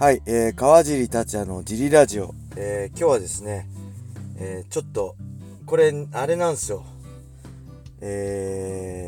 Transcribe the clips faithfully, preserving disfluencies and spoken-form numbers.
はい、えー、川尻達也のジリラジオ、えー、今日はですね、えー、ちょっとこれあれなんですよ。え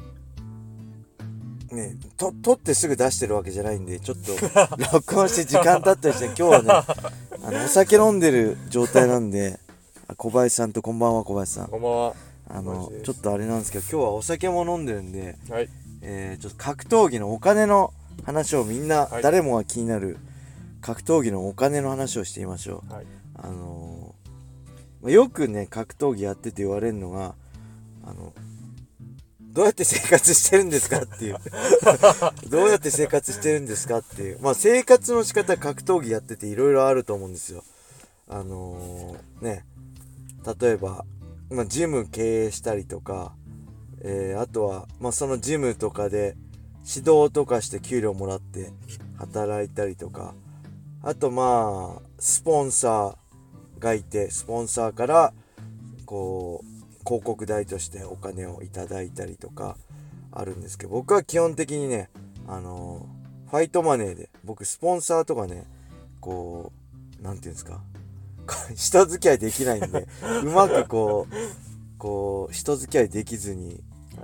ー、ねと撮ってすぐ出してるわけじゃないんで、ちょっと録音して時間経ったりして、今日はねあのお酒飲んでる状態なんで、小林さんとこんばんは。小林さん、 こんばんは。 あのちょっとあれなんですけど、今日はお酒も飲んでるんで、 はい。 えー、ちょっと格闘技のお金の話をみんな、 はい、 誰もが気になる格闘技のお金の話をしてみましょう。 はい、 あのー、よくね格闘技やってて言われるのが、あのどうやって生活してるんですかっていうどうやって生活してるんですかっていう、まあ生活の仕方、格闘技やってていろいろあると思うんですよ。あのー、ね例えば、まあ、ジム経営したりとか、えー、あとは、まあ、そのジムとかで指導とかして給料もらって働いたりとか、あとまあスポンサーがいて、スポンサーからこう広告代としてお金をいただいたりとかあるんですけど、僕は基本的にね、あのー、ファイトマネーで、僕スポンサーとかね、こうなんていうんですか人付き合いできないんでうまくこうこう人付き合いできずに、はい、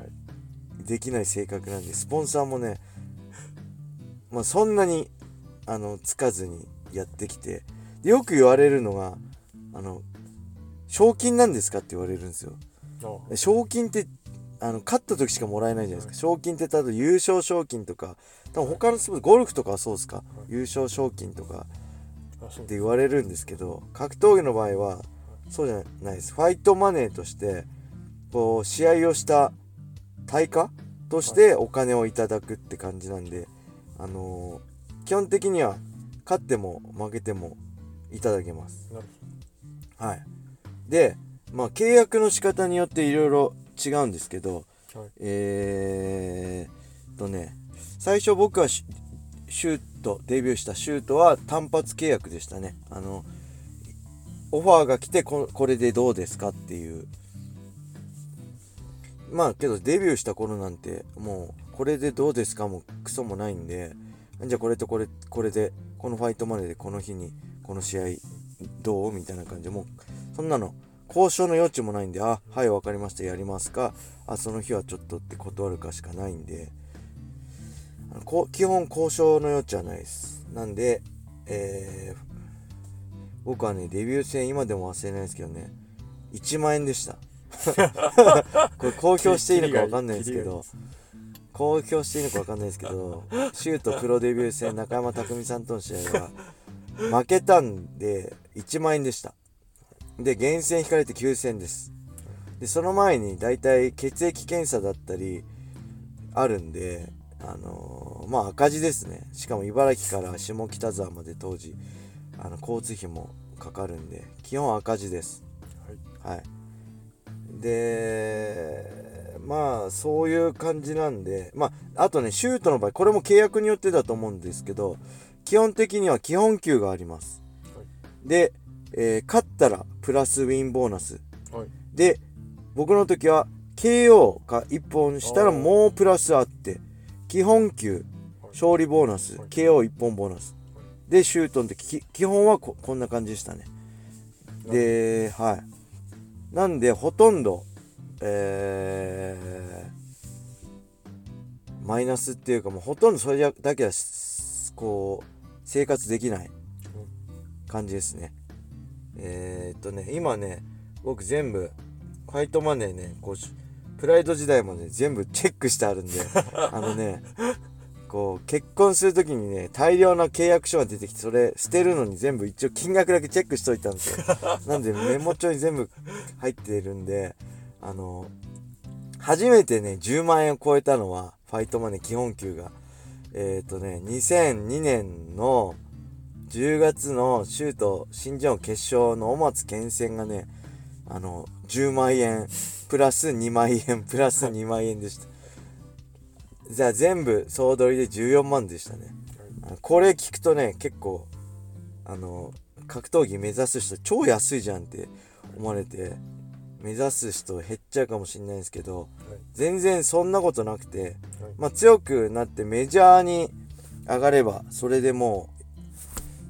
できない性格なんで、スポンサーもね、まあ、そんなにあのつかずにやってきて、でよく言われるのが、あの賞金なんですかって言われるんですよ。賞金ってあの勝った時しかもらえないじゃないですか。賞金って例えば優勝賞金とか、多分他のスポーツ、ゴルフとかはそうですか、優勝賞金とかって言われるんですけど、格闘技の場合はそうじゃないです。ファイトマネーとしてこう試合をした対価としてお金をいただくって感じなんで、あのー、基本的には勝っても負けてもいただけます。はい。で、まあ契約の仕方によっていろいろ違うんですけど、はい、えーとね最初僕はシュートデビューしたシュートは単発契約でしたね。あのオファーが来て、ここれでどうですかっていう。まあけどデビューした頃なんてもうこれでどうですかもクソもないんで、じゃあこれとこれこれでこのファイトマネーでこの日にこの試合どうみたいな感じで、もうそんなの交渉の余地もないんで、あ、はいわかりました、やりますか、あ、その日はちょっとって断るかしかないんで、あのこ基本交渉の余地はないです。なんで、えー、僕はねデビュー戦今でも忘れないですけどね、いちまんえんでしたこれ公表していいのか分かんないですけど、公表していいのか分かんないですけど、シュートプロデビュー戦中山匠さんとの試合は負けたんでいちまんえんでした。で厳選引かれてきゅうせんえんです。でその前にだいたい血液検査だったりあるんで、あのー、まあ赤字ですね。しかも茨城から下北沢まで当時あの交通費もかかるんで基本赤字です。はい、はい、でまあそういう感じなんで、まああとねシュートの場合これも契約によってだと思うんですけど、基本的には基本給があります。はい、で、えー、勝ったらプラスウィンボーナス、はい、で僕の時は ケーオー がいっぽんしたらもうプラスあって、基本給、勝利ボーナス、はい、ケーオーいっぽんボーナスでシュートの時基本は こ, こんな感じでしたね。で、はい、なんでほとんど、えー、マイナスっていうか、もうほとんどそれだけはこう生活できない感じですね。えー、っとね今ね僕全部ファイトマネーね、こうプライド時代まで全部チェックしてあるんであのねこう結婚するときにね大量な契約書が出てきて、それ捨てるのに全部一応金額だけチェックしといたんですよ。なんでメモ帳に全部入ってるんで、あの初めてねじゅうまんえんを超えたのはファイトマネー基本給がえっ、ー、とねにせんにねんのじゅうがつのシュート新日本決勝の小松健戦がね、あのじゅうまんえんプラスにまんえんプラスにまんえんでした。じゃあ全部総取りでじゅうよんまんでしたね。これ聞くとね結構あの格闘技目指す人超安いじゃんって思われて目指す人減っちゃうかもしれないんですけど、全然そんなことなくて、まあ強くなってメジャーに上がればそれでも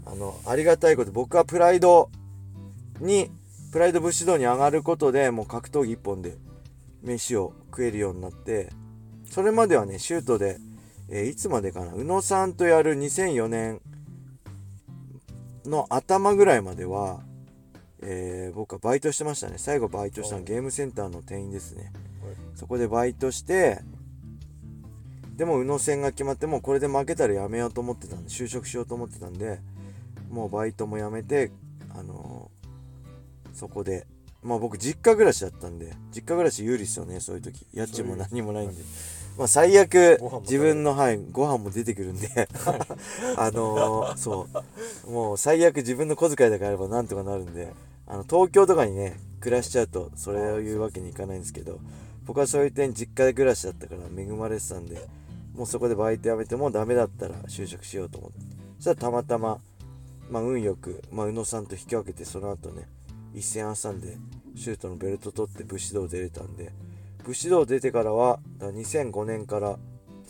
あのありがたいこと、僕はプライドにプライド武士道に上がることでもう格闘技一本で飯を食えるようになって、それまではねシュートで、えー、いつまでかな、宇野さんとやるにせんよねんの頭ぐらいまでは、えー、僕はバイトしてましたね。最後バイトしたのゲームセンターの店員ですね。そこでバイトして、でも宇野戦が決まって、もうこれで負けたらやめようと思ってたんで、就職しようと思ってたんで、もうバイトもやめて、あのー、そこでまあ僕実家暮らしだったんで、実家暮らし有利ですよね、そういう時。家賃も何もないんで、まあ最悪自分の、はい、ご飯も出てくるんであのー、そうもう最悪自分の小遣いだけあればなんとかなるんで、あの東京とかにね暮らしちゃうとそれを言うわけにいかないんですけど、僕はそういう点実家で暮らしだったから恵まれてたんで、もうそこでバイト辞めてもダメだったら就職しようと思って、そしたらたまたままあ運よく、まあ、宇野さんと引き分けて、その後ね一戦挟んでシュートのベルト取って武士道出れたんで、武士道出てからはだにせんごねんから、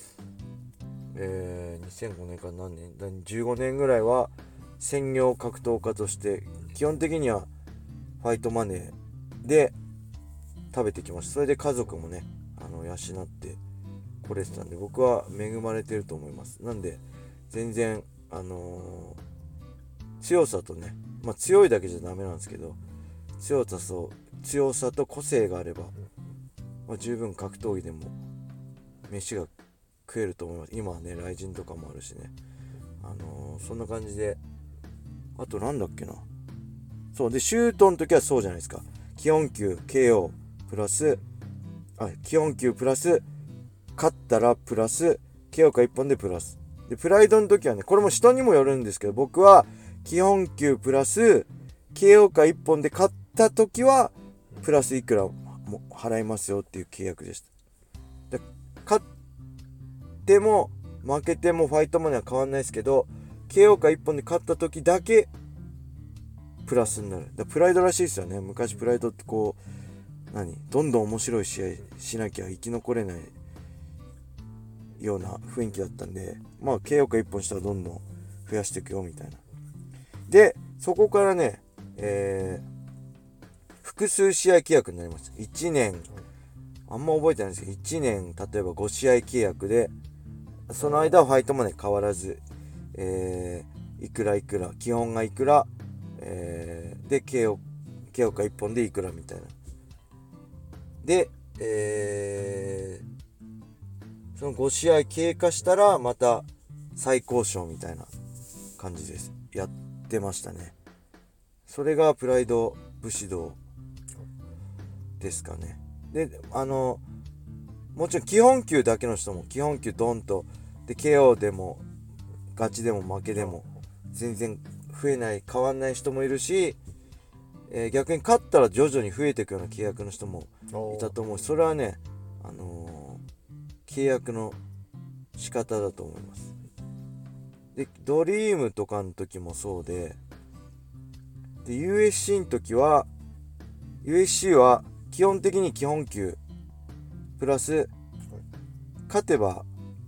えー、にせんごねんから何年だじゅうごねんぐらいは専業格闘家として基本的にはファイトマネーで食べてきました。それで家族もねあの養ってこれてたんで、僕は恵まれてると思います。なんで全然あのー、強さとね、まあ強いだけじゃダメなんですけど、強さと強さと個性があれば、まあ、十分格闘技でも飯が食えると思います。今はね雷神とかもあるしね、あのー、そんな感じで、あとなんだっけな、そうでシュートの時はそうじゃないですか。基本級 ケーオー プラスあ基本級プラス勝ったらプラス ケーオー かいっぽんでプラスで、プライドの時はね、これも人にもよるんですけど、僕は基本級プラス ケーオー かいっぽんで勝った時はプラスいくらも払いますよっていう契約でした。で勝っても負けてもファイトマネーは変わんないですけど、 ケーオー かいっぽんで勝った時だけプラスになる。だプライドらしいですよね。昔プライドってこう何どんどん面白い試合しなきゃ生き残れないような雰囲気だったんで、まあ ケーオー かいっぽんしたらどんどん増やしていくよみたいな。でそこからね、えー、複数試合契約になりました。いちねん、あんま覚えてないんですけどいちねん例えばごしあい契約で、その間はファイトマネー変わらず、えー、いくらいくら基本がいくら、えー、で ケーオー ケーオー かいっぽんでいくらみたいな。で、えー、そのごしあい経過したらまた再交渉みたいな感じです。やってましたね。それがプライド武士道ですかね。であのもちろん基本級だけの人も基本級ドンとで ケーオー でもガチでも負けでも全然増えない変わんない人もいるし、えー、逆に勝ったら徐々に増えていくような契約の人もいたと思うし、それはね、あのー、契約の仕方だと思います。でドリームとかの時もそうで、で ユーエフシー の時は ユーエフシー は基本的に基本級プラス勝てば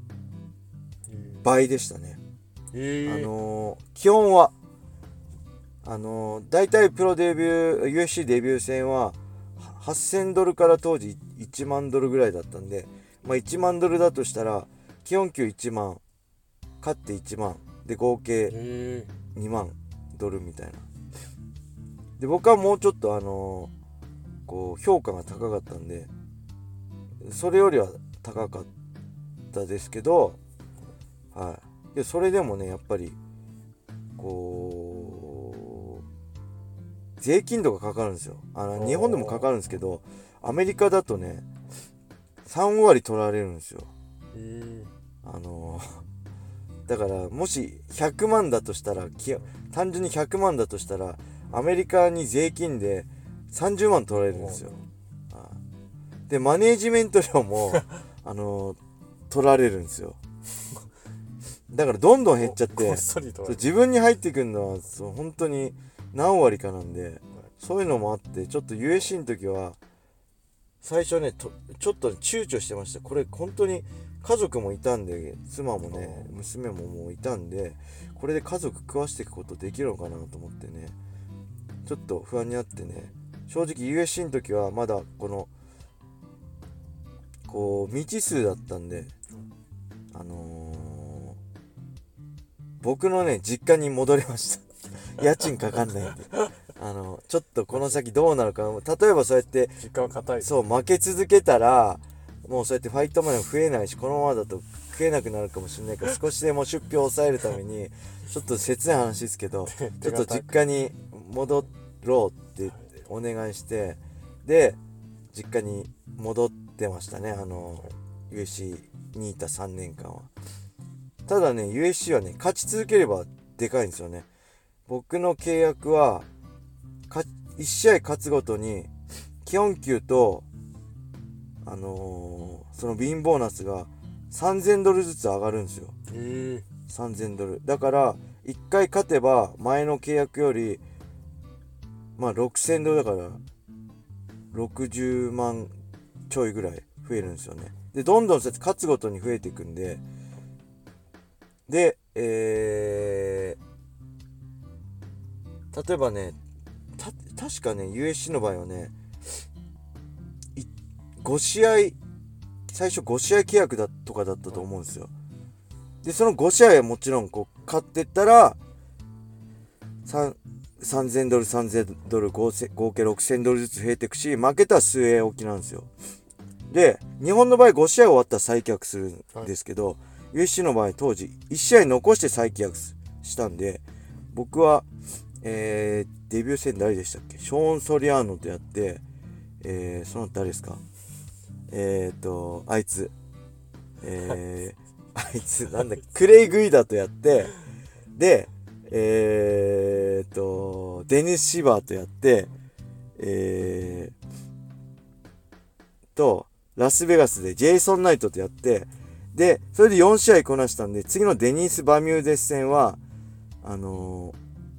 倍でしたね。 えー、 あのー、基本はあのー、大体プロデビュー ユーエフシー デビュー戦ははっせんドルから当時いちまんドルぐらいだったんで、まあ、いちまんドルだとしたら基本給いちまん勝っていちまんで合計にまんドルみたいな。で僕はもうちょっとあのー、こう評価が高かったんでそれよりは高かったですけど、はい、でそれでもねやっぱりこう税金とかかかるんですよ。あの日本でもかかるんですけど、アメリカだとねさんわり取られるんですよ。あのだからもしひゃくまんだとしたら、単純にひゃくまんだとしたらアメリカに税金でさんじゅうまん取られるんですよ。でマネージメント料もあの取られるんですよ。だからどんどん減っちゃって自分に入ってくるのはそう本当に何割かなんで、そういうのもあってちょっと ユーエフシー の時は最初ねとちょっと躊躇してました。これ本当に家族もいたんで、妻もね娘ももういたんで、これで家族食わしていくことできるのかなと思ってね、ちょっと不安になってね。正直 ユーエスシー の時はまだこのこう未知数だったんで、あのー、僕のね実家に戻りました家賃かかんないんであのちょっとこの先どうなるか、例えばそうやって実家は硬い、 そう負け続けたらもうそうやってファイトマネーも増えないし、このままだと食えなくなるかもしれないから、少しでも出費を抑えるためにちょっと切ない話ですけどちょっと実家に戻ろうってお願いして、で実家に戻ってましたね、あの ユーエスシー にいたさんねんかんは。ただね ユーエスシー はね勝ち続ければでかいんですよね。僕の契約はいち試合勝つごとに基本給とあのー、そのビンボーナスがさんぜんドルずつ上がるんですよ。 へえ。 さんぜんドルだからいっかい勝てば前の契約よりまあろくせんドルだからろくじゅうまんちょいぐらい増えるんですよね。でどんどんそうやって勝つごとに増えていくんで、でえー、例えばねた確かね ユーエスシー の場合はねご試合最初ご試合契約だとかだったと思うんですよ。でそのご試合はもちろんこう勝ってったらさんぜんドルさんぜんドル合計ろくせんドルずつ増えていくし、負けたら据え置きなんですよ。で日本の場合ご試合終わったら再契約するんですけど、はい、ユーエスシー の場合当時いち試合残して再契約したんで、僕は、えー、デビュー戦誰でしたっけ、ショーン・ソリアーノとやって、えー、その誰ですか、えーとあいつえー、あいつなんだっけクレイ・グイダとやって、でえーとデニス・シバーとやって、えーとラスベガスでジェイソン・ナイトとやって、でそれでよん試合こなしたんで、次のデニス・バミューデス戦はあのー、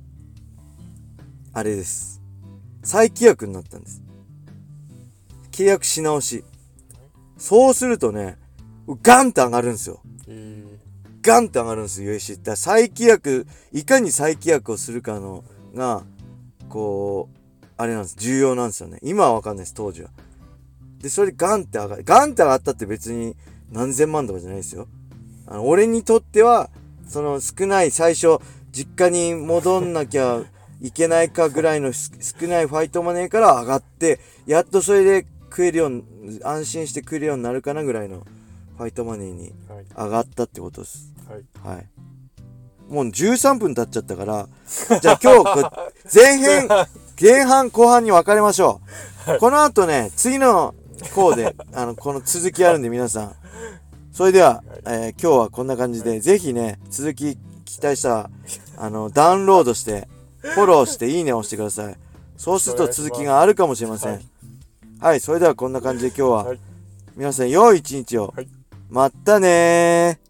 あれです、再契約になったんです。契約し直し。そうするとねガンって上がるんですよ。ガンって上がるんですよ ユーエスシー。だから再規約、いかに再規約をするかのがこうあれなんです、重要なんですよね。今は分かんないです、当時は。でそれガンって上がる、ガンって上がったって別に何千万とかじゃないですよ。あの俺にとってはその少ない最初実家に戻んなきゃいけないかぐらいの少ないファイトマネーから上がって、やっとそれで食えるように安心して食えるようになるかなぐらいのファイトマネーに上がったってことです。はい、はい、もうじゅうさんぷん経っちゃったからじゃあ今日前編前半後半に分かれましょう。この後ね次の項であのこの続きあるんで、皆さんそれでは、えー、今日はこんな感じで、ぜひね続き期待したらあのダウンロードしてフォローしていいねを押してください。そうすると続きがあるかもしれません。はい、はい、それではこんな感じで今日は皆さん良い一日を。まったねー。